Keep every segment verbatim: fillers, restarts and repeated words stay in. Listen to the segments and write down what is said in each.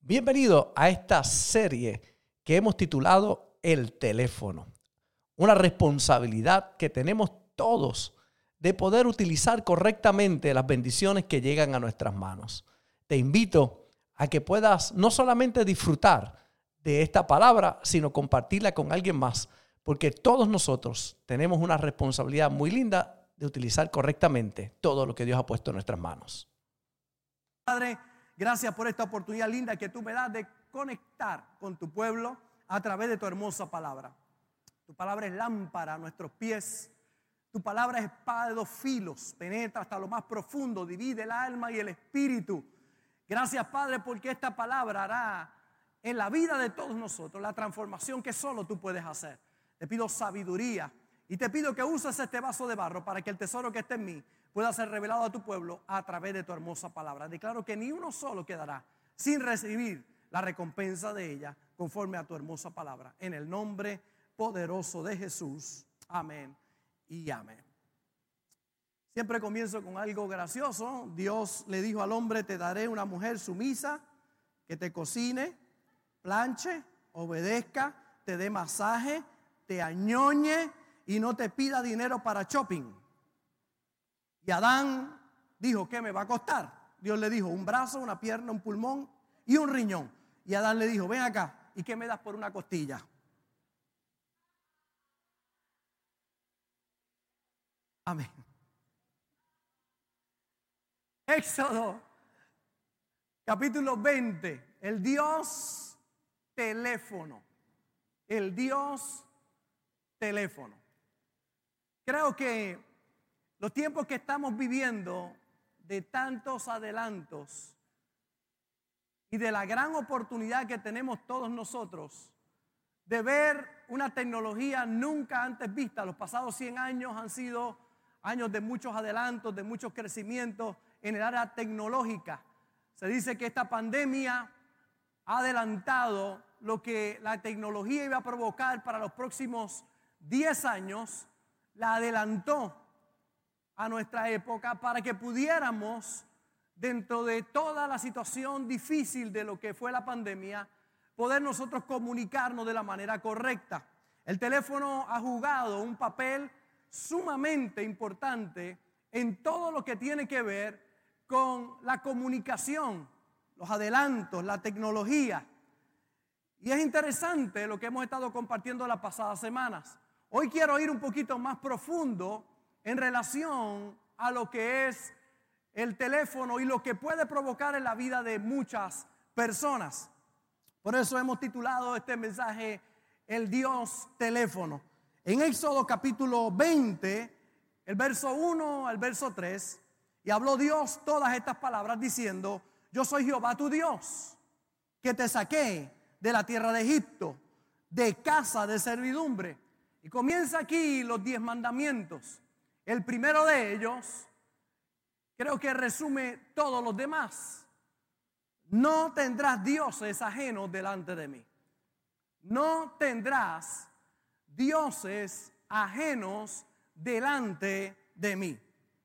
Bienvenido a esta serie que hemos titulado El teléfono. Una responsabilidad que tenemos todos de poder utilizar correctamente las bendiciones que llegan a nuestras manos. Te invito a que puedas no solamente disfrutar de esta palabra, sino compartirla con alguien más, porque todos nosotros tenemos una responsabilidad muy linda de utilizar correctamente todo lo que Dios ha puesto en nuestras manos. Padre, gracias por esta oportunidad linda que tú me das de conectar con tu pueblo a través de tu hermosa palabra. Tu palabra es lámpara a nuestros pies. Tu palabra es espada de dos filos, penetra hasta lo más profundo, divide el alma y el espíritu. Gracias, Padre, porque esta palabra hará en la vida de todos nosotros la transformación que solo tú puedes hacer. Te pido sabiduría y te pido que uses este vaso de barro para que el tesoro que esté en mí pueda ser revelado a tu pueblo a través de tu hermosa palabra. Declaro que ni uno solo quedará sin recibir la recompensa de ella conforme a tu hermosa palabra. En el nombre poderoso de Jesús. Amén y amén. Siempre comienzo con algo gracioso. Dios le dijo al hombre: te daré una mujer sumisa que te cocine, planche, obedezca, te dé masaje, te añoñe y no te pida dinero para shopping. Y Adán dijo: ¿qué me va a costar? Dios le dijo: un brazo, una pierna, un pulmón y un riñón. Y Adán le dijo: ven acá, ¿y qué me das por una costilla? Amén. Éxodo capítulo veinte, el Dios teléfono. El Dios teléfono. Creo que los tiempos que estamos viviendo, de tantos adelantos y de la gran oportunidad que tenemos todos nosotros de ver una tecnología nunca antes vista. Los pasados cien años han sido años de muchos adelantos, de muchos crecimientos en el área tecnológica. Se dice que esta pandemia ha adelantado lo que la tecnología iba a provocar para los próximos diez años, la adelantó a nuestra época para que pudiéramos, dentro de toda la situación difícil de lo que fue la pandemia, poder nosotros comunicarnos de la manera correcta. El teléfono ha jugado un papel sumamente importante en todo lo que tiene que ver con la comunicación, los adelantos, la tecnología. Y es interesante lo que hemos estado compartiendo las pasadas semanas. Hoy quiero ir un poquito más profundo en relación a lo que es el teléfono y lo que puede provocar en la vida de muchas personas. Por eso hemos titulado este mensaje El Dios teléfono. En Éxodo capítulo veinte, el verso uno al verso tres, y habló Dios todas estas palabras diciendo: yo soy Jehová tu Dios, que te saqué de la tierra de Egipto, de casa de servidumbre. Y comienza aquí los diez mandamientos. El primero de ellos creo que resume todos los demás. No tendrás dioses ajenos delante de mí. No tendrás dioses ajenos delante de mí.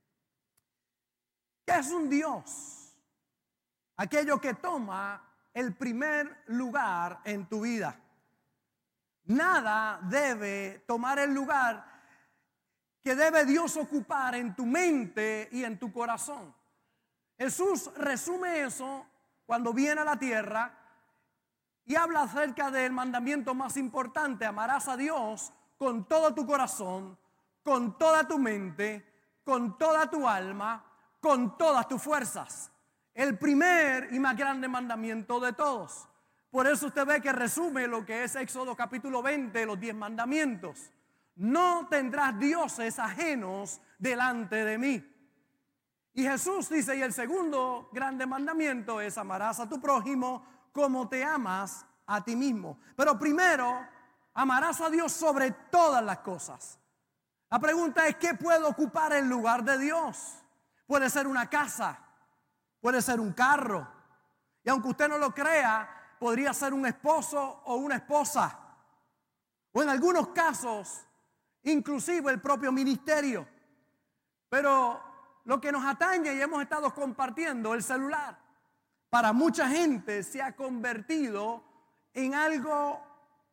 ¿Qué es un Dios? Aquello que toma el primer lugar en tu vida. Nada debe tomar el lugar que debe Dios ocupar en tu mente y en tu corazón. Jesús resume eso cuando viene a la tierra y habla acerca del mandamiento más importante: amarás a Dios con todo tu corazón, con toda tu mente, con toda tu alma, con todas tus fuerzas. El primer y más grande mandamiento de todos. Por eso usted ve que resume lo que es Éxodo capítulo veinte, los diez mandamientos. No tendrás dioses ajenos delante de mí. Y Jesús dice, y el segundo grande mandamiento es: amarás a tu prójimo como te amas a ti mismo. Pero primero, amarás a Dios sobre todas las cosas. La pregunta es: ¿qué puede ocupar el lugar de Dios? Puede ser una casa, puede ser un carro, y aunque usted no lo crea, podría ser un esposo o una esposa, o en algunos casos inclusive el propio ministerio. Pero lo que nos atañe, y hemos estado compartiendo, el celular. para mucha gente se ha convertido en algo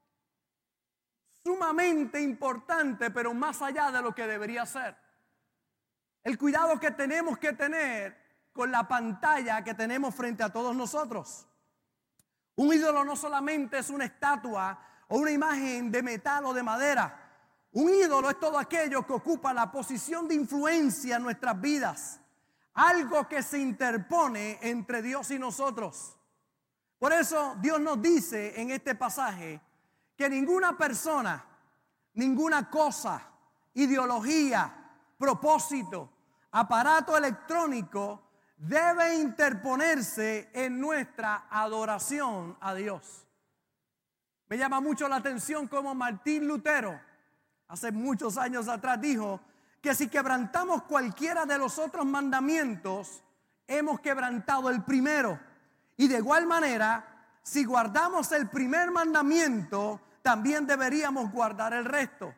sumamente importante, pero más allá de lo que debería ser. El cuidado que tenemos que tener con la pantalla que tenemos frente a todos nosotros. Un ídolo no solamente es una estatua o una imagen de metal o de madera. Un ídolo es todo aquello que ocupa la posición de influencia en nuestras vidas. Algo que se interpone entre Dios y nosotros. Por eso Dios nos dice en este pasaje que ninguna persona, ninguna cosa, ideología, propósito, aparato electrónico debe interponerse en nuestra adoración a Dios. Me llama mucho la atención cómo Martín Lutero, hace muchos años atrás, dijo que si quebrantamos cualquiera de los otros mandamientos, hemos quebrantado el primero. Y de igual manera, si guardamos el primer mandamiento, también deberíamos guardar el resto.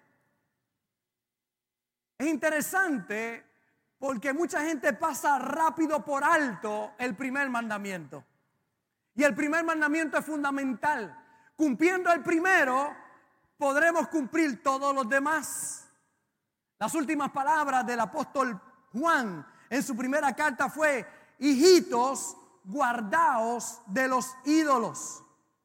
Es interesante porque mucha gente pasa rápido por alto el primer mandamiento. Y el primer mandamiento es fundamental. Cumpliendo el primero, podremos cumplir todos los demás. Las últimas palabras del apóstol Juan en su primera carta fue: hijitos, guardaos de los ídolos.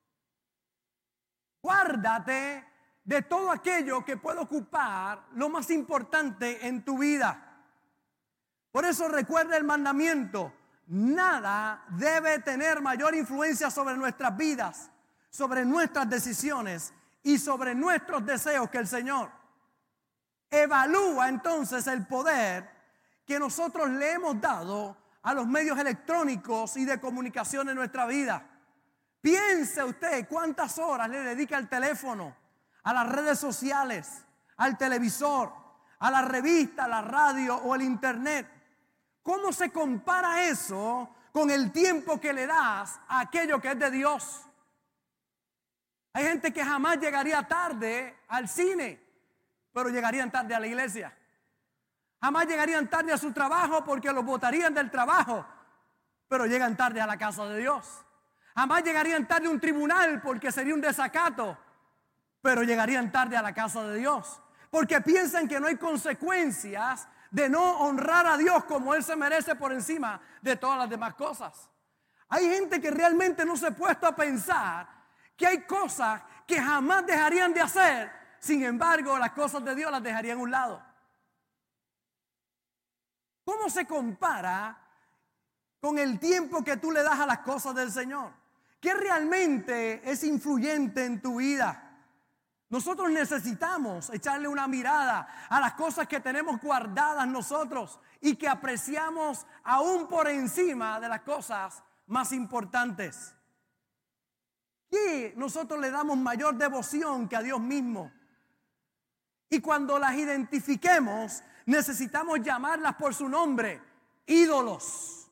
Guárdate de todo aquello que puede ocupar lo más importante en tu vida. Por eso recuerda el mandamiento: nada debe tener mayor influencia sobre nuestras vidas, sobre nuestras decisiones y sobre nuestros deseos que el Señor. Evalúa entonces el poder que nosotros le hemos dado a los medios electrónicos y de comunicación en nuestra vida. Piense usted cuántas horas le dedica al teléfono, a las redes sociales, al televisor, a la revista, a la radio o al internet. ¿Cómo se compara eso con el tiempo que le das a aquello que es de Dios? Hay gente que jamás llegaría tarde al cine, pero llegarían tarde a la iglesia. Jamás llegarían tarde a su trabajo porque los botarían del trabajo, pero llegan tarde a la casa de Dios. Jamás llegarían tarde a un tribunal porque sería un desacato, pero llegarían tarde a la casa de Dios. Porque piensan que no hay consecuencias de no honrar a Dios como Él se merece por encima de todas las demás cosas. Hay gente que realmente no se ha puesto a pensar que hay cosas que jamás dejarían de hacer, sin embargo las cosas de Dios las dejarían a un lado. ¿Cómo se compara con el tiempo que tú le das a las cosas del Señor? ¿Qué realmente es influyente en tu vida? Nosotros necesitamos echarle una mirada a las cosas que tenemos guardadas nosotros y que apreciamos aún por encima de las cosas más importantes. Y nosotros le damos mayor devoción que a Dios mismo. Y cuando las identifiquemos, necesitamos llamarlas por su nombre, ídolos.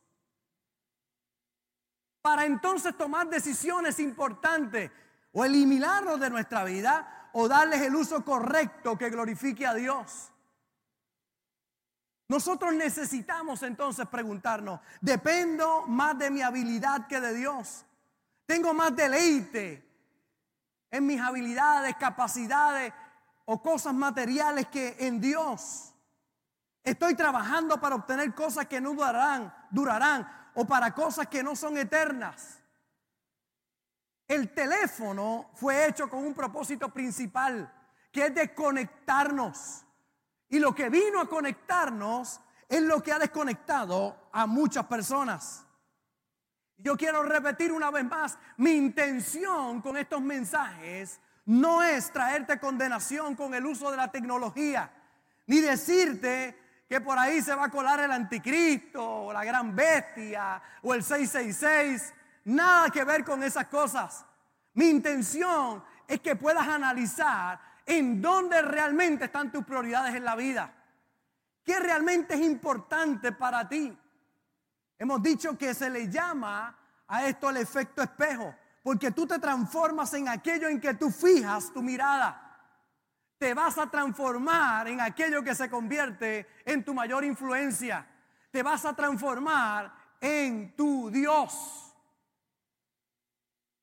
Para entonces tomar decisiones importantes, o eliminarlos de nuestra vida, o darles el uso correcto que glorifique a Dios. Nosotros necesitamos entonces preguntarnos: ¿dependo más de mi habilidad que de Dios? ¿Tengo más deleite en mis habilidades, capacidades o cosas materiales que en Dios? ¿Estoy trabajando para obtener cosas que no durarán, durarán o para cosas que no son eternas? El teléfono fue hecho con un propósito principal, que es de conectarnos. Y lo que vino a conectarnos es lo que ha desconectado a muchas personas. Yo quiero repetir una vez más: mi intención con estos mensajes no es traerte condenación con el uso de la tecnología, ni decirte que por ahí se va a colar el anticristo, o la gran bestia, o el seiscientos sesenta y seis. Nada que ver con esas cosas. Mi intención es que puedas analizar en dónde realmente están tus prioridades en la vida. ¿Qué realmente es importante para ti? Hemos dicho que se le llama a esto el efecto espejo, porque tú te transformas en aquello en que tú fijas tu mirada. Te vas a transformar en aquello que se convierte en tu mayor influencia. Te vas a transformar en tu Dios.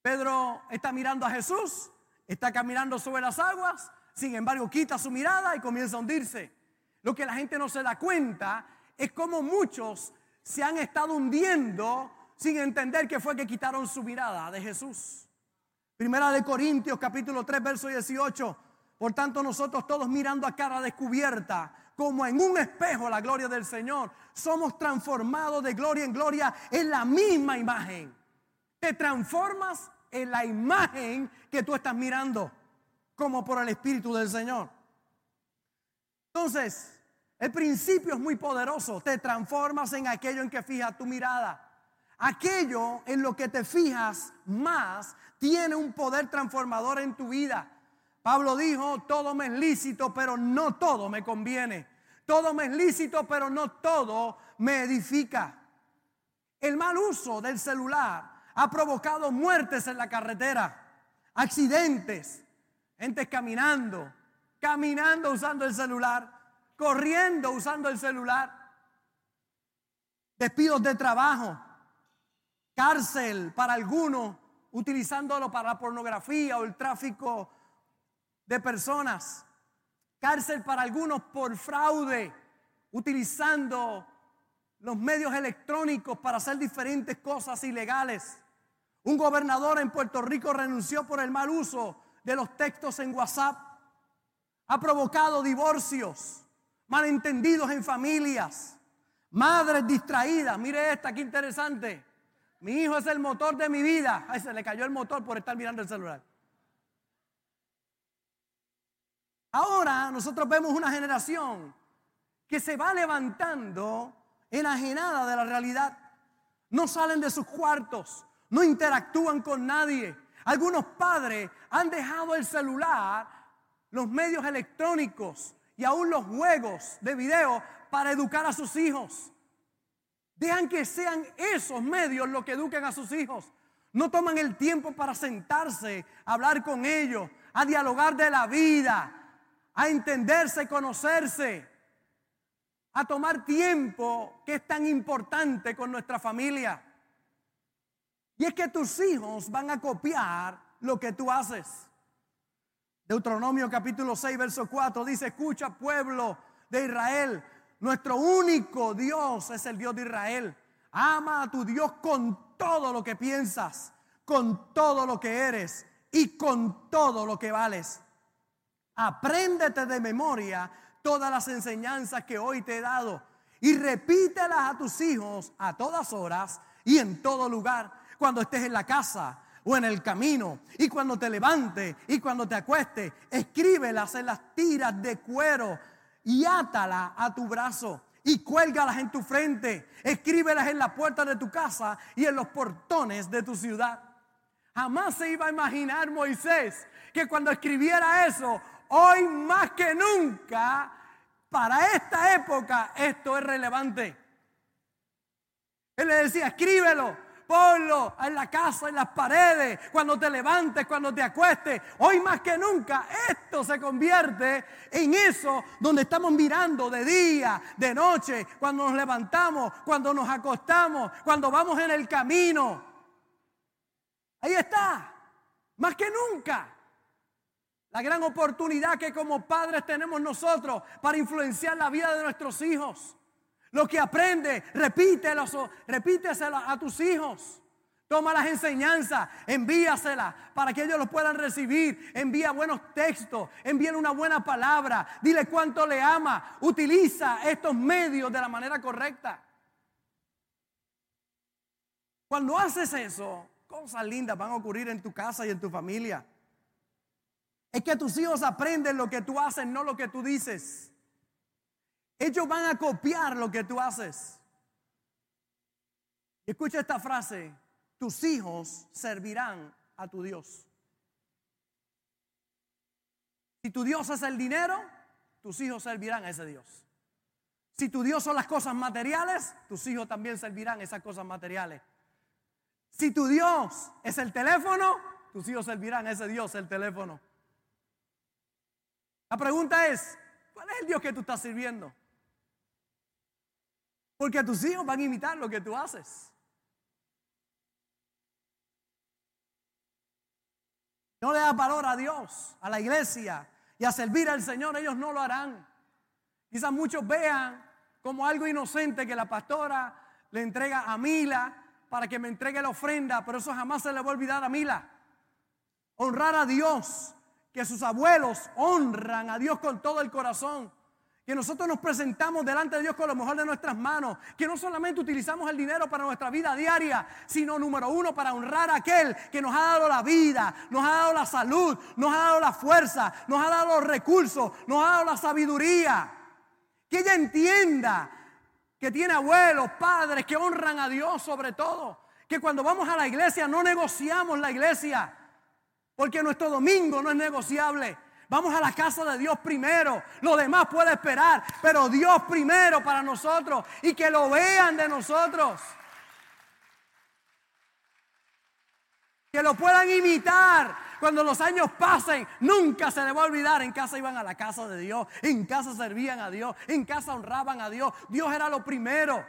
Pedro está mirando a Jesús, está caminando sobre las aguas, sin embargo quita su mirada y comienza a hundirse. Lo que la gente no se da cuenta es cómo muchos se han estado hundiendo sin entender que fue que quitaron su mirada de Jesús. Primera de Corintios capítulo tres verso dieciocho. Por tanto nosotros todos mirando a cara descubierta, como en un espejo la gloria del Señor, somos transformados de gloria en gloria en la misma imagen. Te transformas en la imagen que tú estás mirando, como por el Espíritu del Señor. Entonces, el principio es muy poderoso. Te transformas en aquello en que fijas tu mirada. Aquello en lo que te fijas más tiene un poder transformador en tu vida. Pablo dijo, todo me es lícito, pero no todo me conviene. Todo me es lícito, pero no todo me edifica. El mal uso del celular ha provocado muertes en la carretera, accidentes, gente caminando, caminando usando el celular, corriendo usando el celular, despidos de trabajo, cárcel para algunos utilizándolo para la pornografía o el tráfico de personas, cárcel para algunos por fraude, utilizando los medios electrónicos para hacer diferentes cosas ilegales. Un gobernador en Puerto Rico renunció por el mal uso de los textos en WhatsApp. Ha provocado divorcios, malentendidos en familias, madres distraídas. Mire esta, qué interesante. Mi hijo es el motor de mi vida. Ay, se le cayó el motor por estar mirando el celular. Ahora nosotros vemos una generación que se va levantando enajenada de la realidad. No salen de sus cuartos, no interactúan con nadie. Algunos padres han dejado el celular, los medios electrónicos y aún los juegos de video para educar a sus hijos. Dejan que sean esos medios los que eduquen a sus hijos. No toman el tiempo para sentarse, a hablar con ellos, a dialogar de la vida, a entenderse, conocerse, a tomar tiempo que es tan importante con nuestra familia. Y es que tus hijos van a copiar lo que tú haces. Deuteronomio capítulo seis verso cuatro dice: escucha, pueblo de Israel, nuestro único Dios es el Dios de Israel. Ama a tu Dios con todo lo que piensas, con todo lo que eres y con todo lo que vales. Apréndete de memoria todas las enseñanzas que hoy te he dado y repítelas a tus hijos a todas horas y en todo lugar, cuando estés en la casa o en el camino, y cuando te levantes y cuando te acuestes. Escríbelas en las tiras de cuero y átalas a tu brazo y cuélgalas en tu frente. Escríbelas en la puerta de tu casa y en los portones de tu ciudad. Jamás se iba a imaginar Moisés que cuando escribiera eso, hoy más que nunca, para esta época, esto es relevante. Él le decía: escríbelo, ponlo en la casa, en las paredes, cuando te levantes, cuando te acuestes. Hoy más que nunca, esto se convierte en eso donde estamos mirando de día, de noche, cuando nos levantamos, cuando nos acostamos, cuando vamos en el camino. Ahí está, más que nunca. La gran oportunidad que como padres tenemos nosotros para influenciar la vida de nuestros hijos. Lo que aprende, repítelo, repíteselo a tus hijos. Toma las enseñanzas, envíaselas para que ellos los puedan recibir. Envía buenos textos, envíale una buena palabra. Dile cuánto le ama. Utiliza estos medios de la manera correcta. Cuando haces eso, cosas lindas van a ocurrir en tu casa y en tu familia. Es que tus hijos aprenden lo que tú haces, no lo que tú dices. Ellos van a copiar lo que tú haces. Y escucha esta frase: tus hijos servirán a tu Dios. Si tu Dios es el dinero, tus hijos servirán a ese Dios. Si tu Dios son las cosas materiales, tus hijos también servirán a esas cosas materiales. Si tu Dios es el teléfono, tus hijos servirán a ese Dios, el teléfono. La pregunta es: ¿cuál es el Dios que tú estás sirviendo? Porque tus hijos van a imitar lo que tú haces. no le das valor a Dios, a la iglesia y a servir al Señor, ellos no lo harán. Quizás muchos vean como algo inocente que la pastora le entrega a Mila para que me entregue la ofrenda, pero eso jamás se le va a olvidar a Mila. Honrar a Dios, que sus abuelos honran a Dios con todo el corazón, que nosotros nos presentamos delante de Dios con lo mejor de nuestras manos, que no solamente utilizamos el dinero para nuestra vida diaria, sino número uno para honrar a aquel que nos ha dado la vida, nos ha dado la salud, nos ha dado la fuerza, nos ha dado los recursos, nos ha dado la sabiduría. Que ella entienda que tiene abuelos, padres que honran a Dios sobre todo, que cuando vamos a la iglesia no negociamos la iglesia, porque nuestro domingo no es negociable. Vamos a la casa de Dios primero. Lo demás puede esperar, pero Dios primero para nosotros y que lo vean de nosotros. Que lo puedan imitar cuando los años pasen. Nunca se les va a olvidar. En casa iban a la casa de Dios. En casa servían a Dios. En casa honraban a Dios. Dios era lo primero.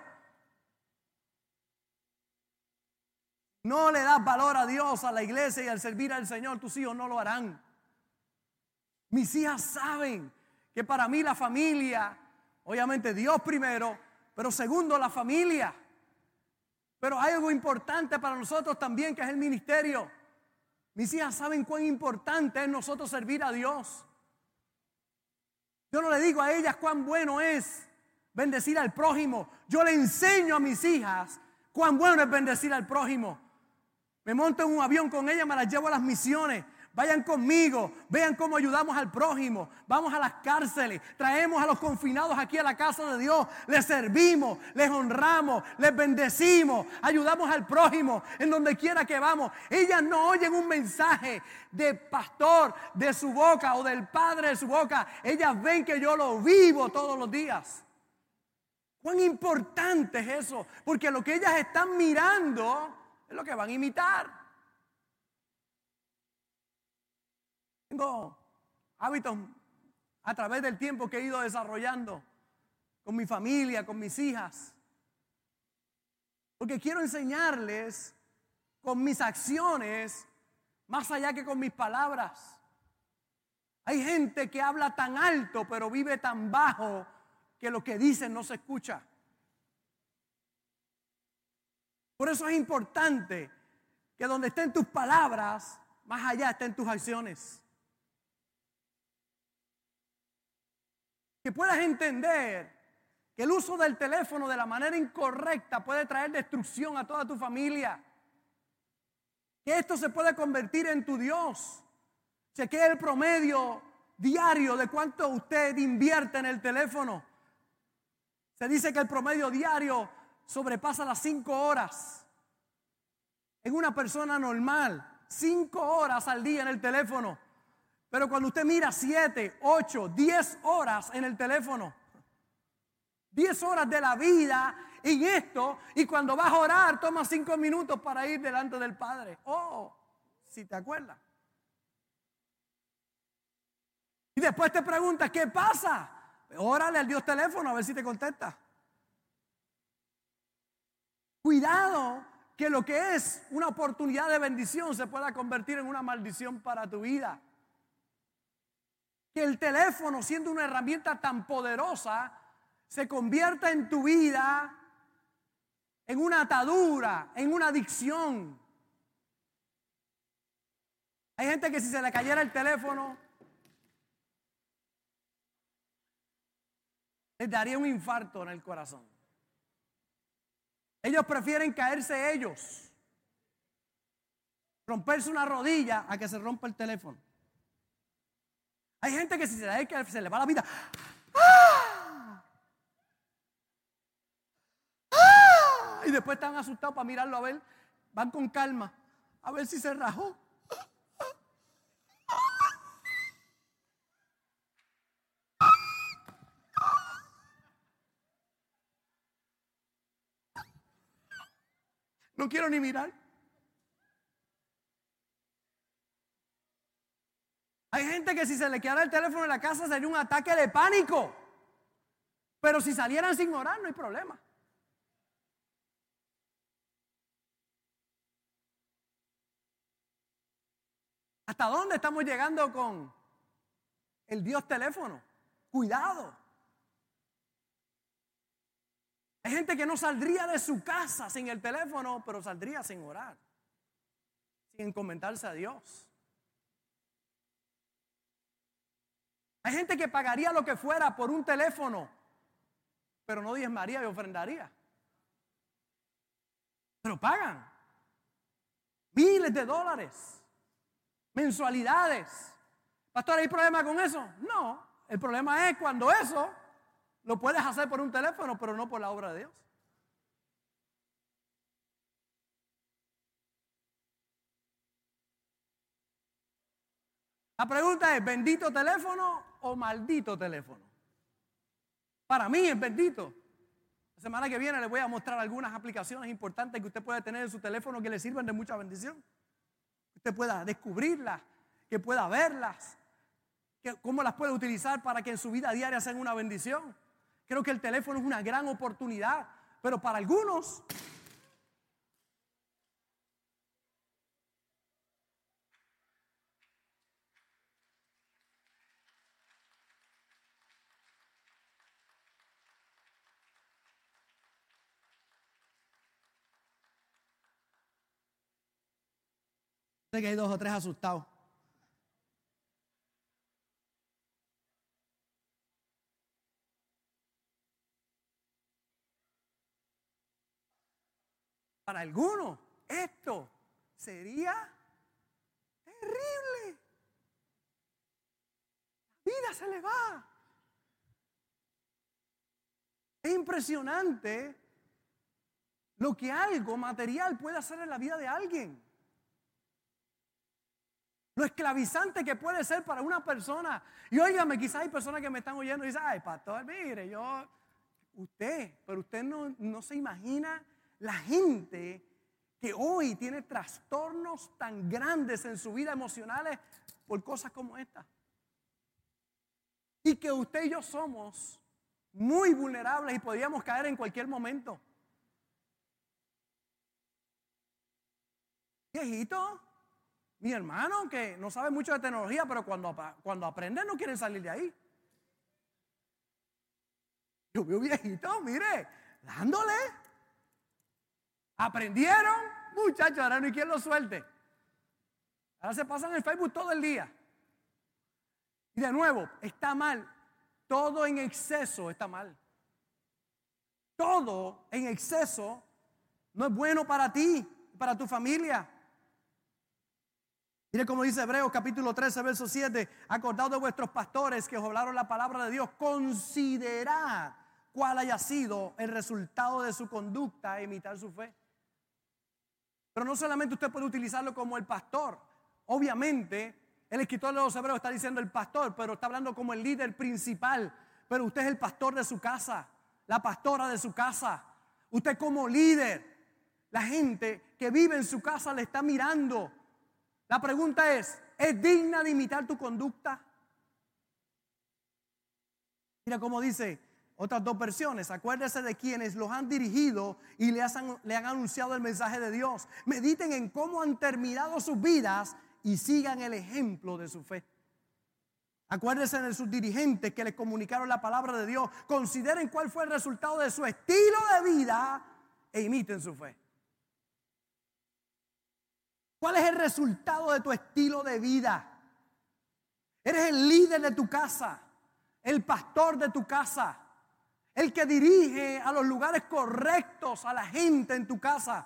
No le das valor a Dios, a la iglesia y al servir al Señor. Tus hijos no lo harán. Mis hijas saben que para mí la familia, obviamente Dios primero, pero segundo la familia. Pero hay algo importante para nosotros también, que es el ministerio. Mis hijas saben cuán importante es nosotros servir a Dios. Yo no le digo a ellas cuán bueno es bendecir al prójimo. Yo le enseño a mis hijas cuán bueno es bendecir al prójimo. Me monto en un avión con ellas, me las llevo a las misiones. Vayan conmigo, vean cómo ayudamos al prójimo. Vamos a las cárceles, traemos a los confinados aquí a la casa de Dios. Les servimos, les honramos, les bendecimos, ayudamos al prójimo en donde quiera que vamos. Ellas no oyen un mensaje de pastor de su boca o del padre de su boca. Ellas ven que yo lo vivo todos los días. ¿Cuán importante es eso? Porque lo que ellas están mirando es lo que van a imitar. Tengo hábitos a través del tiempo que he ido desarrollando con mi familia, con mis hijas. Porque quiero enseñarles con mis acciones más allá que con mis palabras. Hay gente que habla tan alto pero vive tan bajo que lo que dicen no se escucha. Por eso es importante que donde estén tus palabras, más allá estén tus acciones. Que puedas entender que el uso del teléfono de la manera incorrecta puede traer destrucción a toda tu familia. Que esto se puede convertir en tu Dios. Chequee el promedio diario de cuánto usted invierte en el teléfono. Se dice que el promedio diario sobrepasa las cinco horas. En una persona normal, cinco horas al día en el teléfono. Pero cuando usted mira siete, ocho, diez horas en el teléfono, diez horas de la vida en esto, y cuando vas a orar toma cinco minutos para ir delante del Padre. Oh, si te acuerdas. Y después te preguntas, ¿qué pasa? Órale al Dios teléfono a ver si te contesta. Cuidado que lo que es una oportunidad de bendición se pueda convertir en una maldición para tu vida. Que el teléfono, siendo una herramienta tan poderosa, se convierta en tu vida en una atadura, en una adicción. Hay gente que si se le cayera el teléfono, les daría un infarto en el corazón. Ellos prefieren caerse ellos, romperse una rodilla, a que se rompa el teléfono. Hay gente que si se le, que se le va la vida, ¡ah! ¡Ah! Y después están asustados para mirarlo a ver, van con calma, a ver si se rajó. No quiero ni mirar. Hay gente que si se le quedara el teléfono en la casa sería un ataque de pánico. Pero si salieran sin orar no hay problema. ¿Hasta dónde estamos llegando con el Dios teléfono? Cuidado. Hay gente que no saldría de su casa sin el teléfono, pero saldría sin orar, sin encomendarse a Dios. Hay gente que pagaría lo que fuera por un teléfono, pero no diezmaría y ofrendaría. Pero pagan miles de dólares, mensualidades. Pastor, ¿hay problema con eso? No, el problema es cuando eso lo puedes hacer por un teléfono, pero no por la obra de Dios. La pregunta es, ¿bendito teléfono o maldito teléfono? Para mí es bendito. La semana que viene les voy a mostrar algunas aplicaciones importantes que usted puede tener en su teléfono que le sirvan de mucha bendición. Que usted pueda descubrirlas, que pueda verlas, que cómo las puede utilizar para que en su vida diaria sean una bendición. Creo que el teléfono es una gran oportunidad, pero para algunos sé que hay dos o tres asustados. Para algunos, esto sería terrible. La vida se le va. Es impresionante lo que algo material puede hacer en la vida de alguien. Lo esclavizante que puede ser para una persona. Y óigame, quizás hay personas que me están oyendo y dicen, ay, pastor, mire, yo, usted, pero usted no, no se imagina la gente que hoy tiene trastornos tan grandes en su vida emocionales por cosas como esta. Y que usted y yo somos muy vulnerables y podríamos caer en cualquier momento. Viejito, mi hermano que no sabe mucho de tecnología, pero cuando, cuando aprende no quieren salir de ahí. Yo veo viejito, mire, dándole. Aprendieron, muchachos, ahora no hay quien lo suelte. Ahora se pasan en Facebook todo el día. Y de nuevo, está mal. Todo en exceso está mal. Todo en exceso no es bueno para ti, para tu familia. Mire cómo dice Hebreos capítulo trece, verso siete. Acordaos de vuestros pastores que os hablaron la palabra de Dios. Considerad cuál haya sido el resultado de su conducta e imitar su fe. Pero no solamente usted puede utilizarlo como el pastor. Obviamente, el escritor de los Hebreos está diciendo el pastor, pero está hablando como el líder principal. Pero usted es el pastor de su casa, la pastora de su casa. Usted como líder, la gente que vive en su casa le está mirando. La pregunta es, ¿es digna de imitar tu conducta? Mira cómo dice otras dos versiones. Acuérdese de quienes los han dirigido y le han, le han anunciado el mensaje de Dios. Mediten en cómo han terminado sus vidas y sigan el ejemplo de su fe. Acuérdense de sus dirigentes que les comunicaron la palabra de Dios. Consideren cuál fue el resultado de su estilo de vida e imiten su fe. ¿Cuál es el resultado de tu estilo de vida? Eres el líder de tu casa, el pastor de tu casa, el que dirige a los lugares correctos a la gente en tu casa.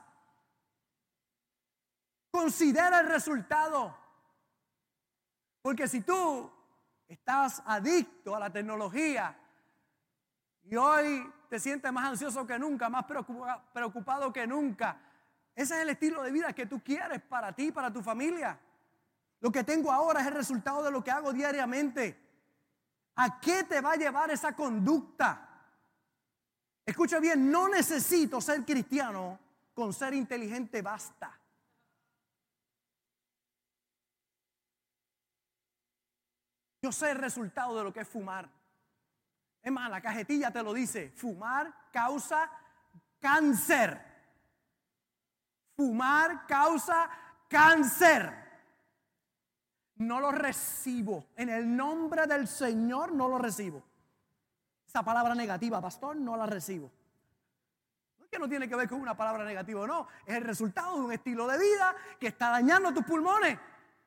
Considera el resultado. Porque si tú estás adicto a la tecnología y hoy te sientes más ansioso que nunca, más preocupado que nunca, ese es el estilo de vida que tú quieres para ti, para tu familia. Lo que tengo ahora es el resultado de lo que hago diariamente. ¿A qué te va a llevar esa conducta? Escucha bien, no necesito ser cristiano, con ser inteligente basta. Yo sé el resultado de lo que es fumar. Es más, la cajetilla te lo dice, fumar causa cáncer. Fumar causa cáncer. no lo recibo. En el nombre del Señor no lo recibo. Esa palabra negativa, pastor, no la recibo. No es que no tiene que ver con una palabra negativa, no. Es el resultado de un estilo de vida que está dañando tus pulmones.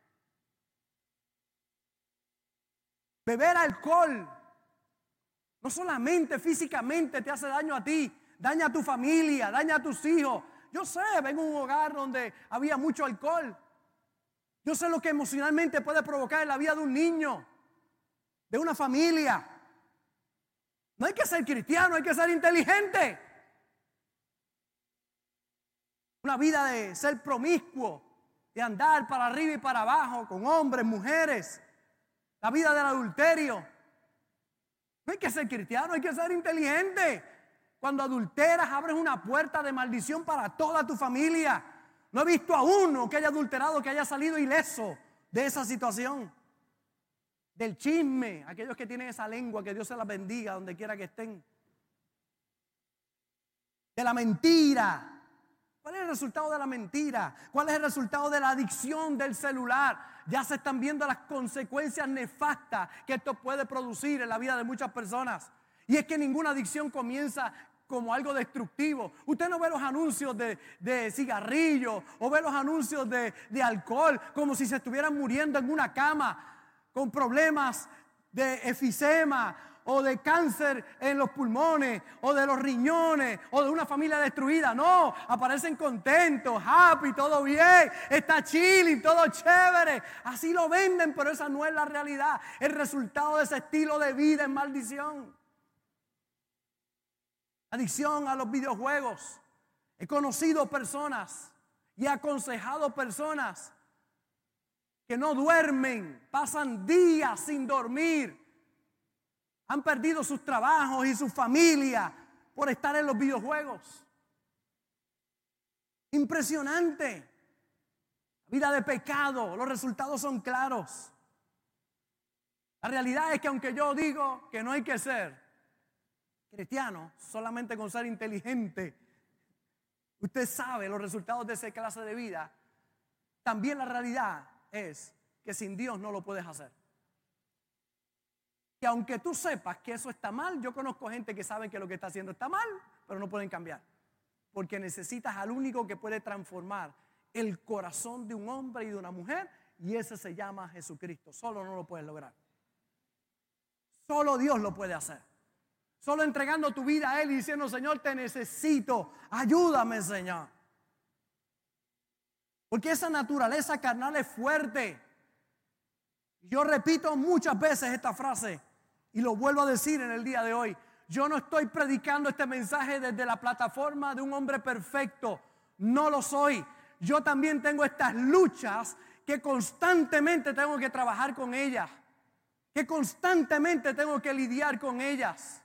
Beber alcohol no solamente físicamente te hace daño a ti, daña a tu familia, daña a tus hijos. Yo sé, vengo de un hogar donde había mucho alcohol. Yo sé lo que emocionalmente puede provocar en la vida de un niño, de una familia. No hay que ser cristiano, hay que ser inteligente. Una vida de ser promiscuo, de andar para arriba y para abajo con hombres, mujeres. La vida del adulterio. No hay que ser cristiano, hay que ser inteligente. Cuando adulteras, abres una puerta de maldición para toda tu familia. No he visto a uno que haya adulterado, que haya salido ileso de esa situación. Del chisme, aquellos que tienen esa lengua, que Dios se las bendiga donde quiera que estén. De la mentira. ¿Cuál es el resultado de la mentira? ¿Cuál es el resultado de la adicción del celular? Ya se están viendo las consecuencias nefastas que esto puede producir en la vida de muchas personas. Y es que ninguna adicción comienza como algo destructivo. Usted no ve los anuncios de, de cigarrillos o ve los anuncios de, de alcohol como si se estuvieran muriendo en una cama con problemas de efisema o de cáncer en los pulmones o de los riñones o de una familia destruida. No, aparecen contentos, happy, todo bien, está chilling, todo chévere. Así lo venden, pero esa no es la realidad. El resultado de ese estilo de vida es maldición. Adicción a los videojuegos. He conocido personas y he aconsejado personas que no duermen, pasan días sin dormir. Han perdido sus trabajos y su familia por estar en los videojuegos. Impresionante. Vida de pecado, los resultados son claros. La realidad es que aunque yo digo que no hay que ser cristiano solamente con ser inteligente, usted sabe los resultados de esa clase de vida. También la realidad es que sin Dios no lo puedes hacer. Que aunque tú sepas que eso está mal, yo conozco gente que sabe que lo que está haciendo está mal, pero no pueden cambiar. Porque necesitas al único que puede transformar el corazón de un hombre y de una mujer, y ese se llama Jesucristo. Solo no lo puedes lograr. Solo Dios lo puede hacer. Solo entregando tu vida a Él y diciendo: Señor, te necesito, ayúdame, Señor. Porque esa naturaleza carnal es fuerte. Yo repito muchas veces esta frase y lo vuelvo a decir en el día de hoy. Yo no estoy predicando este mensaje desde la plataforma de un hombre perfecto. No lo soy. Yo también tengo estas luchas que constantemente tengo que trabajar con ellas. Que constantemente tengo que lidiar con ellas.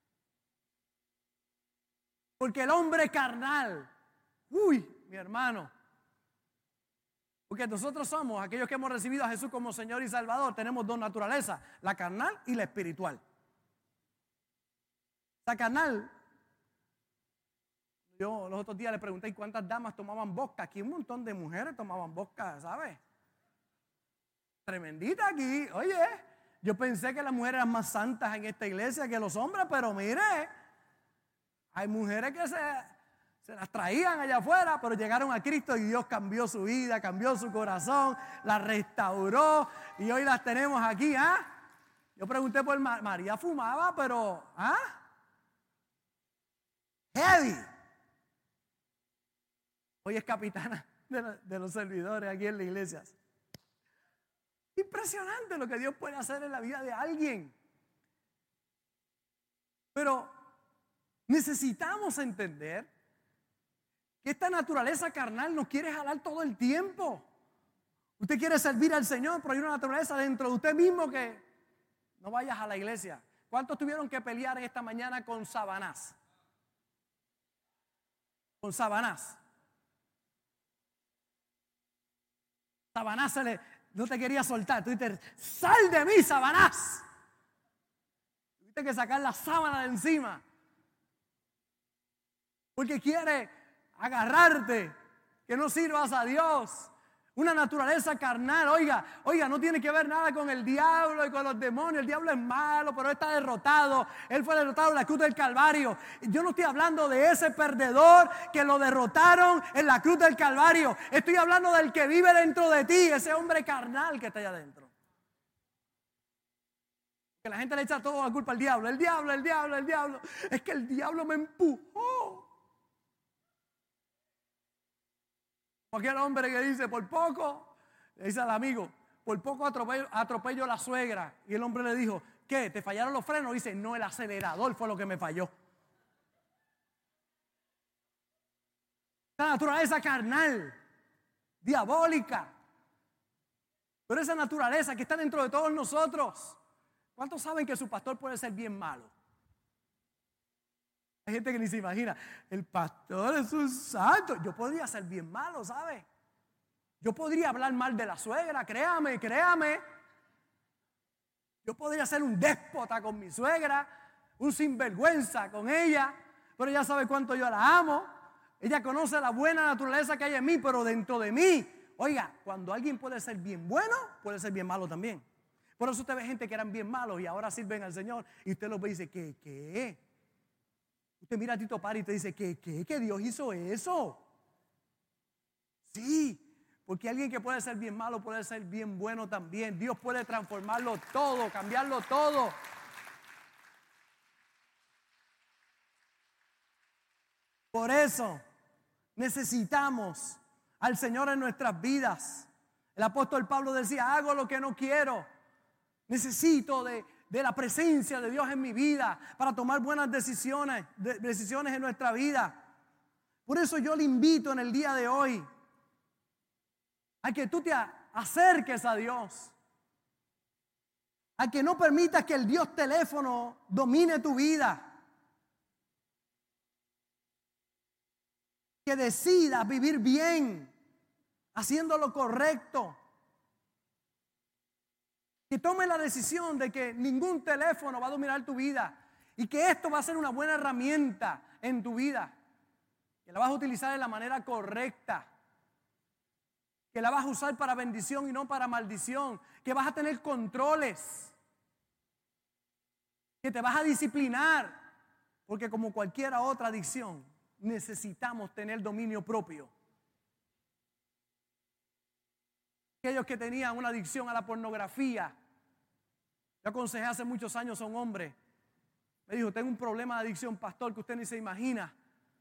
Porque el hombre carnal, uy, mi hermano. Porque nosotros somos aquellos que hemos recibido a Jesús como Señor y Salvador. Tenemos dos naturalezas, la carnal y la espiritual. La carnal, yo los otros días le pregunté cuántas damas tomaban vodka. Aquí un montón de mujeres tomaban vodka, ¿sabes? Tremendita aquí. Oye, yo pensé que las mujeres eran más santas en esta iglesia que los hombres, pero mire, hay mujeres que se... Se las traían allá afuera, pero llegaron a Cristo y Dios cambió su vida, cambió su corazón, las restauró y hoy las tenemos aquí. ¿Ah? Yo pregunté por Mar- María, fumaba, pero ¿ah? Heavy. Hoy es capitana de, la, de los servidores aquí en la iglesia. Impresionante lo que Dios puede hacer en la vida de alguien. Pero necesitamos entender que esta naturaleza carnal nos quiere jalar todo el tiempo. Usted quiere servir al Señor, pero hay una naturaleza dentro de usted mismo que no vayas a la iglesia. ¿Cuántos tuvieron que pelear esta mañana con Sabanás? Con Sabanás. Sabanás se le, no te quería soltar. Tú dices: sal de mí, Sabanás. Tuviste que sacar la sábana de encima. Porque quiere agarrarte, que no sirvas a Dios. Una naturaleza carnal, oiga, oiga, no tiene que ver nada con el diablo y con los demonios. El diablo es malo, pero él está derrotado. Él fue derrotado en la cruz del Calvario. Yo no estoy hablando de ese perdedor que lo derrotaron en la cruz del Calvario. Estoy hablando del que vive dentro de ti, ese hombre carnal que está allá adentro. Que la gente le echa toda la culpa al diablo. El diablo, el diablo, el diablo. Es que el diablo me empujó. Aquel hombre que dice, por poco, le dice al amigo, por poco atropello, atropello a la suegra. Y el hombre le dijo, ¿qué? ¿Te fallaron los frenos? Dice, no, el acelerador fue lo que me falló. La naturaleza carnal, diabólica. Pero esa naturaleza que está dentro de todos nosotros. ¿Cuántos saben que su pastor puede ser bien malo? Hay gente que ni se imagina, el pastor es un santo. Yo podría ser bien malo, ¿sabe? Yo podría hablar mal de la suegra, créame, créame. Yo podría ser un déspota con mi suegra, un sinvergüenza con ella, pero ella sabe cuánto yo la amo. Ella conoce la buena naturaleza que hay en mí, pero dentro de mí, oiga, cuando alguien puede ser bien bueno, puede ser bien malo también. Por eso usted ve gente que eran bien malos y ahora sirven al Señor y usted los ve y dice, ¿qué, qué? Usted mira a Tito Pari y te dice, ¿qué, qué? ¿Que Dios hizo eso? Sí, porque alguien que puede ser bien malo puede ser bien bueno también. Dios puede transformarlo todo, cambiarlo todo. Por eso necesitamos al Señor en nuestras vidas. El apóstol Pablo decía, hago lo que no quiero. Necesito de, de la presencia de Dios en mi vida para tomar buenas decisiones, de, decisiones en nuestra vida. Por eso yo le invito en el día de hoy a que tú te acerques a Dios. A que no permitas que el Dios teléfono domine tu vida. Que decidas vivir bien, haciendo lo correcto. Que tome la decisión de que ningún teléfono va a dominar tu vida y que esto va a ser una buena herramienta en tu vida, que la vas a utilizar de la manera correcta, que la vas a usar para bendición y no para maldición, que vas a tener controles, que te vas a disciplinar, porque como cualquier otra adicción necesitamos tener dominio propio. Aquellos que tenían una adicción a la pornografía, yo aconsejé hace muchos años a un hombre. Me dijo, tengo un problema de adicción, pastor, que usted ni se imagina.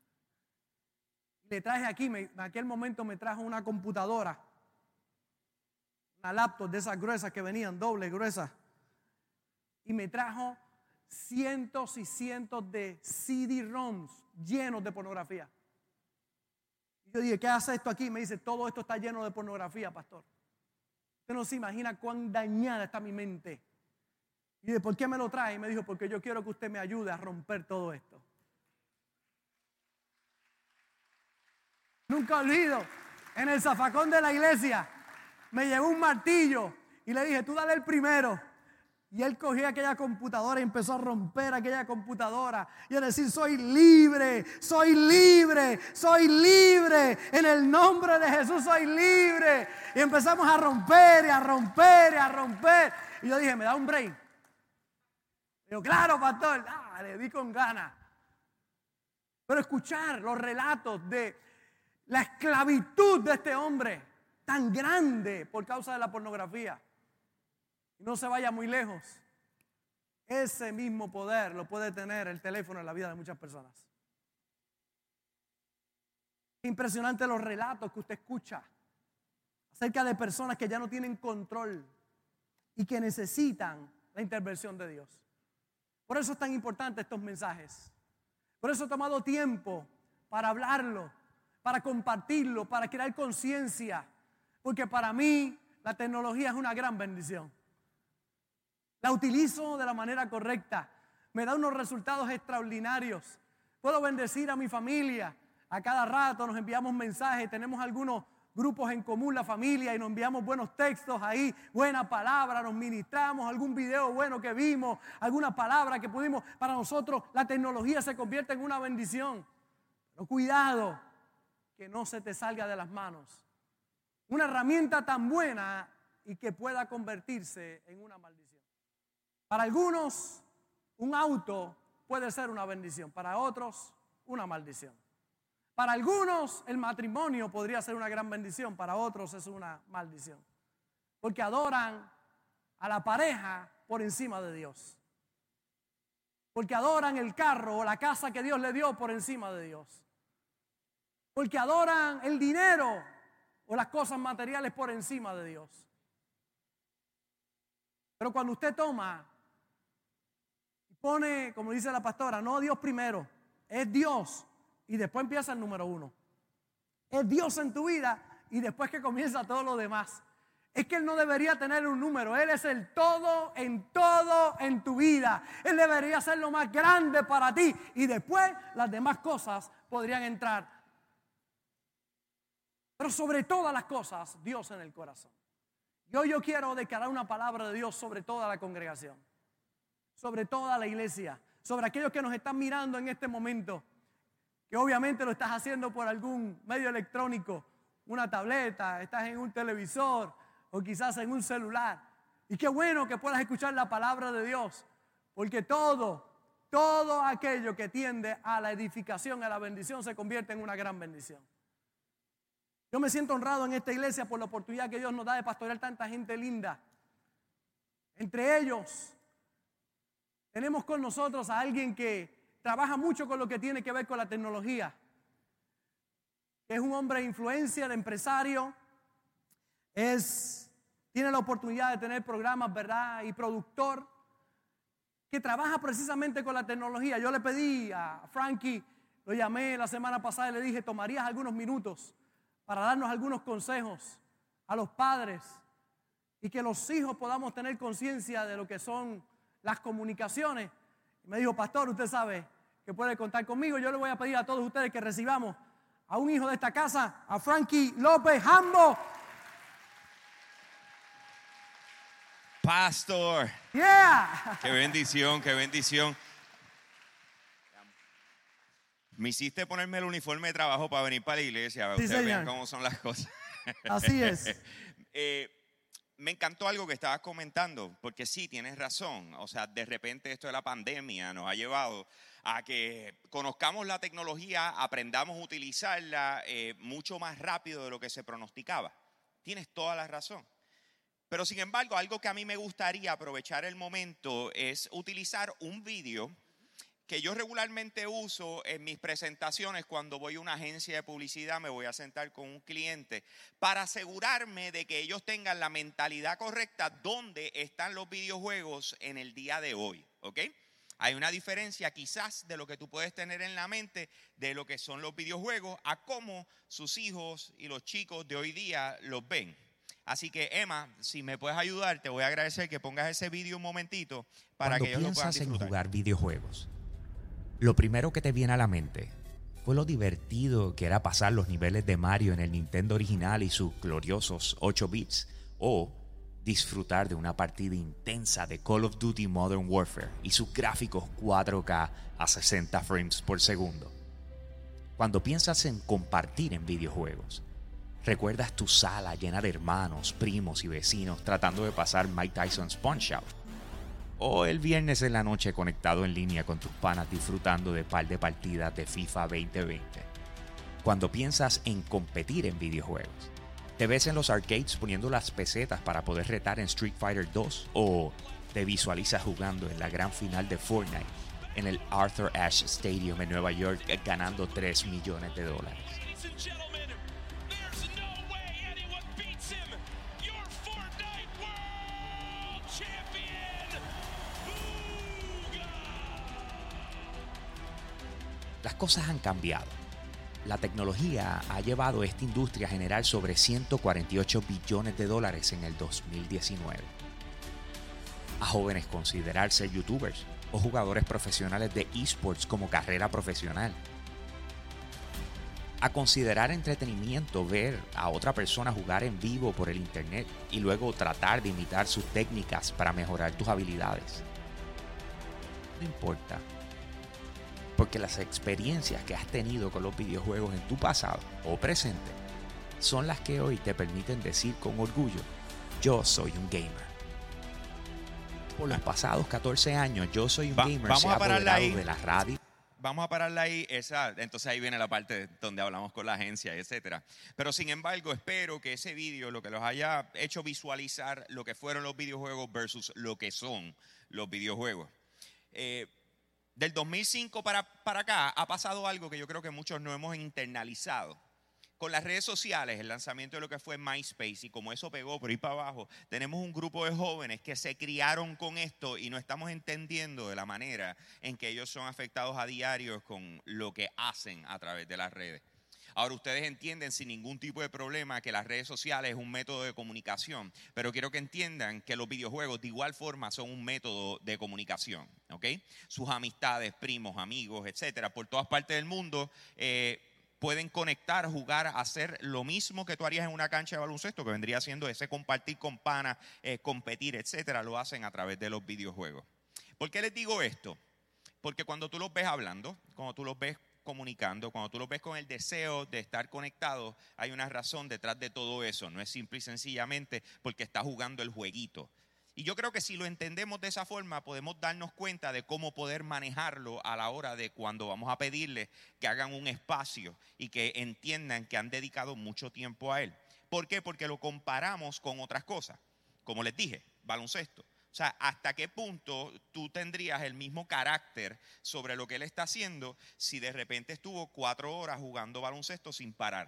Le traje aquí, me, en aquel momento me trajo una computadora, una laptop de esas gruesas que venían, doble gruesas. Y me trajo cientos y cientos de C D-ROMs llenos de pornografía. Y yo dije, ¿qué hace esto aquí? Me dice, todo esto está lleno de pornografía, pastor. Usted no se imagina cuán dañada está mi mente. Y dije, ¿por qué me lo trae? Y me dijo, porque yo quiero que usted me ayude a romper todo esto. Nunca olvido, en el zafacón de la iglesia, me llevó un martillo y le dije, tú dale el primero. Y él cogió aquella computadora y empezó a romper aquella computadora y a decir, soy libre, soy libre, soy libre. En el nombre de Jesús soy libre. Y empezamos a romper y a romper y a romper. Y yo dije, ¿me da un break? Digo, claro, pastor. Ah, le di con ganas. Pero escuchar los relatos de la esclavitud de este hombre tan grande por causa de la pornografía. Y no se vaya muy lejos. Ese mismo poder lo puede tener el teléfono en la vida de muchas personas. Impresionante los relatos que usted escucha acerca de personas que ya no tienen control y que necesitan la intervención de Dios. Por eso es tan importante estos mensajes. Por eso he tomado tiempo para hablarlo, para compartirlo, para crear conciencia. Porque para mí la tecnología es una gran bendición. La utilizo de la manera correcta. Me da unos resultados extraordinarios. Puedo bendecir a mi familia. A cada rato nos enviamos mensajes. Tenemos algunos grupos en común, la familia, y nos enviamos buenos textos ahí, buena palabra, nos ministramos, algún video bueno que vimos, alguna palabra que pudimos. Para nosotros la tecnología se convierte en una bendición. Pero cuidado, que no se te salga de las manos. una herramienta tan buena y que pueda convertirse en una maldición. Para algunos, un auto puede ser una bendición, para otros, una maldición. Para algunos, el matrimonio podría ser una gran bendición, para otros es una maldición. Porque adoran a la pareja por encima de Dios. Porque adoran el carro o la casa que Dios le dio por encima de Dios. Porque adoran el dinero o las cosas materiales por encima de Dios. Pero cuando usted toma y pone, como dice la pastora, no Dios primero, es Dios y después empieza el número uno. Es Dios en tu vida y después que comienza todo lo demás. Es que Él no debería tener un número. Él es el todo en todo en tu vida. Él debería ser lo más grande para ti y después las demás cosas podrían entrar. Pero sobre todas las cosas, Dios en el corazón. Y hoy yo quiero declarar una palabra de Dios sobre toda la congregación, sobre toda la iglesia, sobre aquellos que nos están mirando en este momento, que obviamente lo estás haciendo por algún medio electrónico, una tableta, estás en un televisor o quizás en un celular. Y qué bueno que puedas escuchar la palabra de Dios, porque todo, todo aquello que tiende a la edificación, a la bendición, se convierte en una gran bendición. Yo me siento honrado en esta iglesia por la oportunidad que Dios nos da de pastorear tanta gente linda. Entre ellos, tenemos con nosotros a alguien que trabaja mucho con lo que tiene que ver con la tecnología. Es un hombre de influencia, de empresario. Es, tiene la oportunidad de tener programas, ¿verdad? Y productor que trabaja precisamente con la tecnología. Yo le pedí a Frankie, lo llamé la semana pasada y le dije, ¿tomarías algunos minutos para darnos algunos consejos a los padres y que los hijos podamos tener conciencia de lo que son las comunicaciones? Y me dijo, pastor, usted sabe que puede contar conmigo. Yo le voy a pedir a todos ustedes que recibamos a un hijo de esta casa, a Frankie López Jambo. Pastor. Yeah. Qué bendición, qué bendición. Me hiciste ponerme el uniforme de trabajo para venir para la iglesia. Sí, ustedes señor. vean cómo son las cosas. Así es. eh, me encantó algo que estabas comentando, porque sí, tienes razón. O sea, de repente esto de la pandemia nos ha llevado a que conozcamos la tecnología, aprendamos a utilizarla eh, mucho más rápido de lo que se pronosticaba. Tienes toda la razón. Pero sin embargo, algo que a mí me gustaría aprovechar el momento es utilizar un vídeo que yo regularmente uso en mis presentaciones cuando voy a una agencia de publicidad, me voy a sentar con un cliente para asegurarme de que ellos tengan la mentalidad correcta donde están los videojuegos en el día de hoy, ¿ok? Hay una diferencia quizás de lo que tú puedes tener en la mente de lo que son los videojuegos a cómo sus hijos y los chicos de hoy día los ven. Así que, Emma, si me puedes ayudar, te voy a agradecer que pongas ese vídeo un momentito para Cuando que ellos lo puedan piensas en disfrutar. jugar videojuegos, lo primero que te viene a la mente fue lo divertido que era pasar los niveles de Mario en el Nintendo original y sus gloriosos ocho bits, o disfrutar de una partida intensa de Call of Duty Modern Warfare y sus gráficos cuatro K a sesenta frames por segundo. Cuando piensas en compartir en videojuegos, recuerdas tu sala llena de hermanos, primos y vecinos tratando de pasar Mike Tyson's Punch-Out, o el viernes en la noche conectado en línea con tus panas disfrutando de par de partidas de FIFA veinte veinte. Cuando piensas en competir en videojuegos, te ves en los arcades poniendo las pesetas para poder retar en Street Fighter dos, o te visualizas jugando en la gran final de Fortnite en el Arthur Ashe Stadium en Nueva York ganando tres millones de dólares. Las cosas han cambiado. La tecnología ha llevado a esta industria a generar sobre ciento cuarenta y ocho billones de dólares en el dos mil diecinueve. A jóvenes considerar ser youtubers o jugadores profesionales de esports como carrera profesional. A considerar entretenimiento ver a otra persona jugar en vivo por el internet y luego tratar de imitar sus técnicas para mejorar tus habilidades. No importa. Porque las experiencias que has tenido con los videojuegos en tu pasado o presente son las que hoy te permiten decir con orgullo, yo soy un gamer. Por los pasados catorce años, yo soy un Va- gamer, vamos se a ha pararla apoderado ahí. de la radio. Vamos a pararla ahí, esa, entonces ahí viene la parte donde hablamos con la agencia, etcétera. Pero sin embargo, espero que ese vídeo lo que los haya hecho visualizar lo que fueron los videojuegos versus lo que son los videojuegos. Eh, del dos mil cinco para, para acá ha pasado algo que yo creo que muchos no hemos internalizado. Con las redes sociales, el lanzamiento de lo que fue MySpace y como eso pegó por ahí para abajo, tenemos un grupo de jóvenes que se criaron con esto y no estamos entendiendo de la manera en que ellos son afectados a diario con lo que hacen a través de las redes. Ahora ustedes entienden sin ningún tipo de problema que las redes sociales es un método de comunicación, pero quiero que entiendan que los videojuegos de igual forma son un método de comunicación, ¿ok? Sus amistades, primos, amigos, etcétera, por todas partes del mundo, eh, pueden conectar, jugar, hacer lo mismo que tú harías en una cancha de baloncesto, que vendría siendo ese compartir con panas, eh, competir, etcétera, lo hacen a través de los videojuegos. ¿Por qué les digo esto? Porque cuando tú los ves hablando, cuando tú los ves comunicando, cuando tú los ves con el deseo de estar conectados, hay una razón detrás de todo eso. No es simple y sencillamente porque está jugando el jueguito. Y yo creo que si lo entendemos de esa forma, podemos darnos cuenta de cómo poder manejarlo a la hora de cuando vamos a pedirles que hagan un espacio y que entiendan que han dedicado mucho tiempo a él. ¿Por qué? Porque lo comparamos con otras cosas. Como les dije, baloncesto. O sea, ¿hasta qué punto tú tendrías el mismo carácter sobre lo que él está haciendo si de repente estuvo cuatro horas jugando baloncesto sin parar?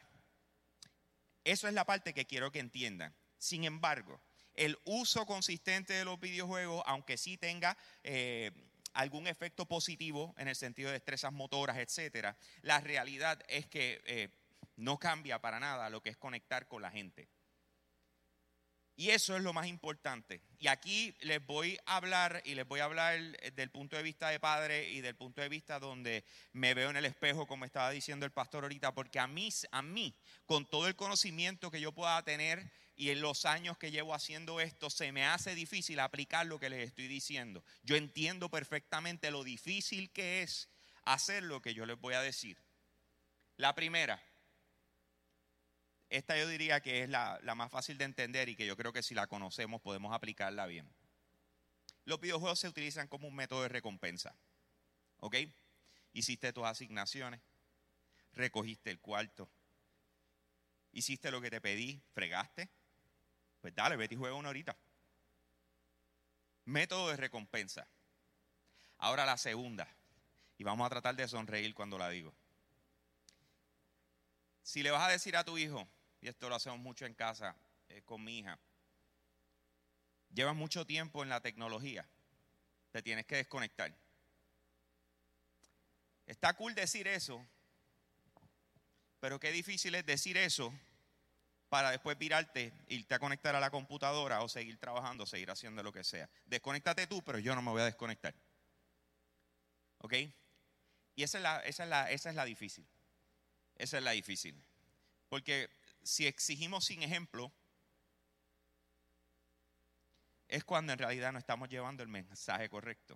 Eso es la parte que quiero que entiendan. Sin embargo, el uso consistente de los videojuegos, aunque sí tenga eh, algún efecto positivo en el sentido de destrezas motoras, etcétera, la realidad es que eh, no cambia para nada lo que es conectar con la gente. Y eso es lo más importante. Y aquí les voy a hablar y les voy a hablar del punto de vista de padre y del punto de vista donde me veo en el espejo, como estaba diciendo el pastor ahorita, porque a mí, a mí, con todo el conocimiento que yo pueda tener y en los años que llevo haciendo esto, se me hace difícil aplicar lo que les estoy diciendo. Yo entiendo perfectamente lo difícil que es hacer lo que yo les voy a decir. La primera. Esta yo diría que es la, la más fácil de entender y que yo creo que si la conocemos podemos aplicarla bien. Los videojuegos se utilizan como un método de recompensa. ¿Ok? Hiciste tus asignaciones, recogiste el cuarto, hiciste lo que te pedí, fregaste. Pues dale, vete y juega una horita. Método de recompensa. Ahora la segunda. Y vamos a tratar de sonreír cuando la digo. Si le vas a decir a tu hijo, y esto lo hacemos mucho en casa eh, con mi hija, llevas mucho tiempo en la tecnología, te tienes que desconectar. Está cool decir eso, pero qué difícil es decir eso para después virarte, irte a conectar a la computadora o seguir trabajando, seguir haciendo lo que sea. Desconéctate tú, pero yo no me voy a desconectar. ¿Ok? Y esa es la, esa es la, esa es la difícil. Esa es la difícil. Porque si exigimos sin ejemplo, es cuando en realidad no estamos llevando el mensaje correcto.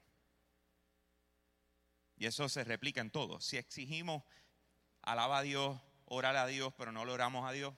Y eso se replica en todo. Si exigimos, alaba a Dios, orar a Dios, pero no le oramos a Dios,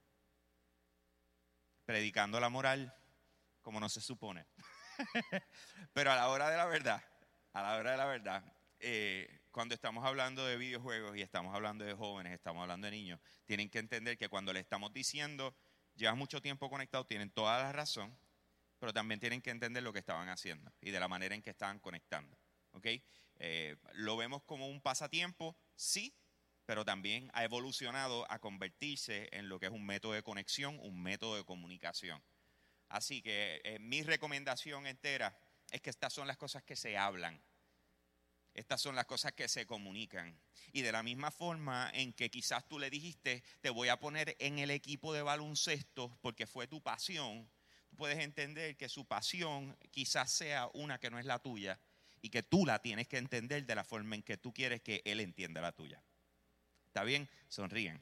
predicando la moral como no se supone. Pero a la hora de la verdad, a la hora de la verdad, eh, cuando estamos hablando de videojuegos y estamos hablando de jóvenes, estamos hablando de niños, tienen que entender que cuando le estamos diciendo, llevas mucho tiempo conectado, tienen toda la razón, pero también tienen que entender lo que estaban haciendo y de la manera en que estaban conectando. ¿Ok? Eh, lo vemos como un pasatiempo, sí, pero también ha evolucionado a convertirse en lo que es un método de conexión, un método de comunicación. Así que eh, mi recomendación entera es que estas son las cosas que se hablan. Estas son las cosas que se comunican. Y de la misma forma en que quizás tú le dijiste, te voy a poner en el equipo de baloncesto porque fue tu pasión, tú puedes entender que su pasión quizás sea una que no es la tuya y que tú la tienes que entender de la forma en que tú quieres que él entienda la tuya. ¿Está bien? Sonríen.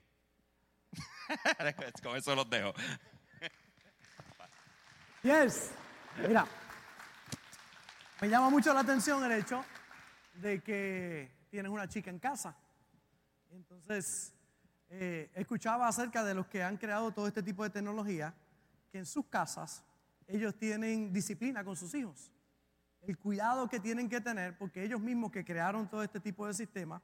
Con eso los dejo. Yes. Mira, me llama mucho la atención el hecho de que tienes una chica en casa. Entonces, eh, escuchaba acerca de los que han creado todo este tipo de tecnología, que en sus casas ellos tienen disciplina con sus hijos. El cuidado que tienen que tener, porque ellos mismos que crearon todo este tipo de sistema,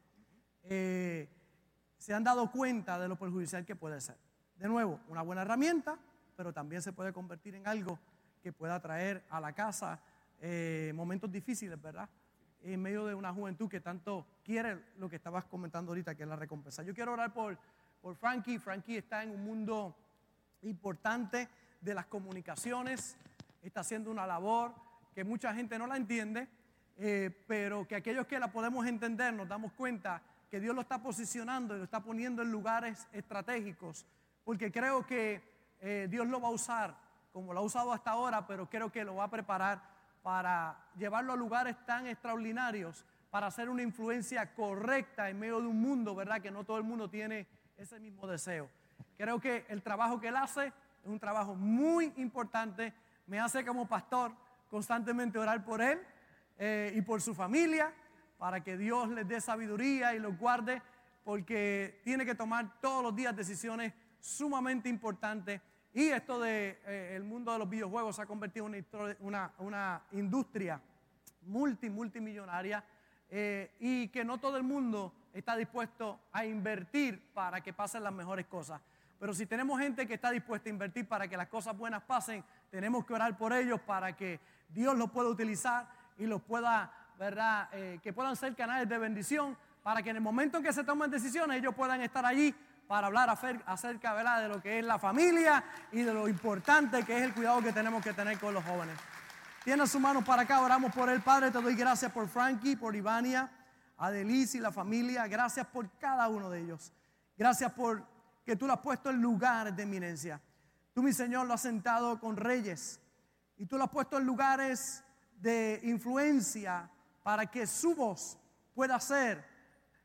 eh, se han dado cuenta de lo perjudicial que puede ser. De nuevo, una buena herramienta, pero también se puede convertir en algo que pueda traer a la casa eh, momentos difíciles, ¿verdad? En medio de una juventud que tanto quiere lo que estabas comentando ahorita, que es la recompensa. Yo quiero orar por, por Frankie. Frankie está en un mundo importante de las comunicaciones, está haciendo una labor que mucha gente no la entiende, eh, pero que aquellos que la podemos entender nos damos cuenta que Dios lo está posicionando y lo está poniendo en lugares estratégicos, porque creo que eh, Dios lo va a usar como lo ha usado hasta ahora, pero creo que lo va a preparar para llevarlo a lugares tan extraordinarios, para hacer una influencia correcta en medio de un mundo, ¿verdad? Que no todo el mundo tiene ese mismo deseo. Creo que el trabajo que él hace es un trabajo muy importante. Me hace como pastor constantemente orar por él eh, y por su familia, para que Dios les dé sabiduría y los guarde, porque tiene que tomar todos los días decisiones sumamente importantes. Y esto de eh, el mundo de los videojuegos se ha convertido en una, una, una industria multi, multimillonaria eh, y que no todo el mundo está dispuesto a invertir para que pasen las mejores cosas. Pero si tenemos gente que está dispuesta a invertir para que las cosas buenas pasen, tenemos que orar por ellos para que Dios los pueda utilizar y los pueda, ¿verdad? Eh, que puedan ser canales de bendición, para que en el momento en que se tomen decisiones ellos puedan estar allí para hablar acerca, ¿verdad?, de lo que es la familia y de lo importante que es el cuidado que tenemos que tener con los jóvenes. Tienen sus manos para acá, oramos por él. Padre, te doy gracias por Frankie, por Ivania, Adelise y la familia. Gracias por cada uno de ellos. Gracias por que tú lo has puesto en lugares de eminencia. Tú, mi Señor, lo has sentado con reyes y tú lo has puesto en lugares de influencia para que su voz pueda ser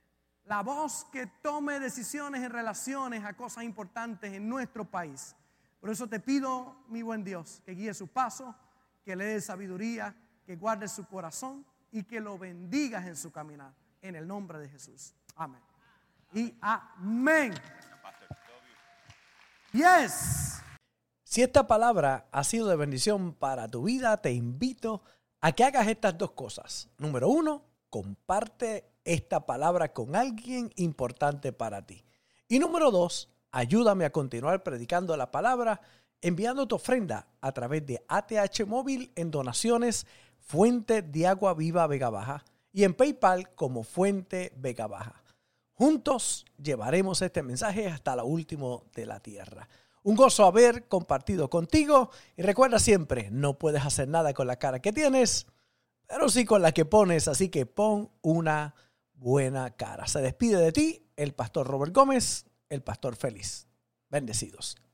la voz que tome decisiones en relaciones a cosas importantes en nuestro país. Por eso te pido, mi buen Dios, que guíe su paso, que le dé sabiduría, que guarde su corazón y que lo bendigas en su caminar. En el nombre de Jesús. Amén. Y amén. Yes. Si esta palabra ha sido de bendición para tu vida, te invito a que hagas estas dos cosas. Número uno, comparte esta palabra con alguien importante para ti. Y número dos, ayúdame a continuar predicando la palabra enviando tu ofrenda a través de A T H Móvil en donaciones Fuente de Agua Viva Vega Baja y en PayPal como Fuente Vega Baja. Juntos llevaremos este mensaje hasta lo último de la tierra. Un gozo haber compartido contigo y recuerda siempre, no puedes hacer nada con la cara que tienes, pero sí con la que pones, así que pon una buena cara. Se despide de ti el pastor Robert Gómez, el pastor feliz. Bendecidos.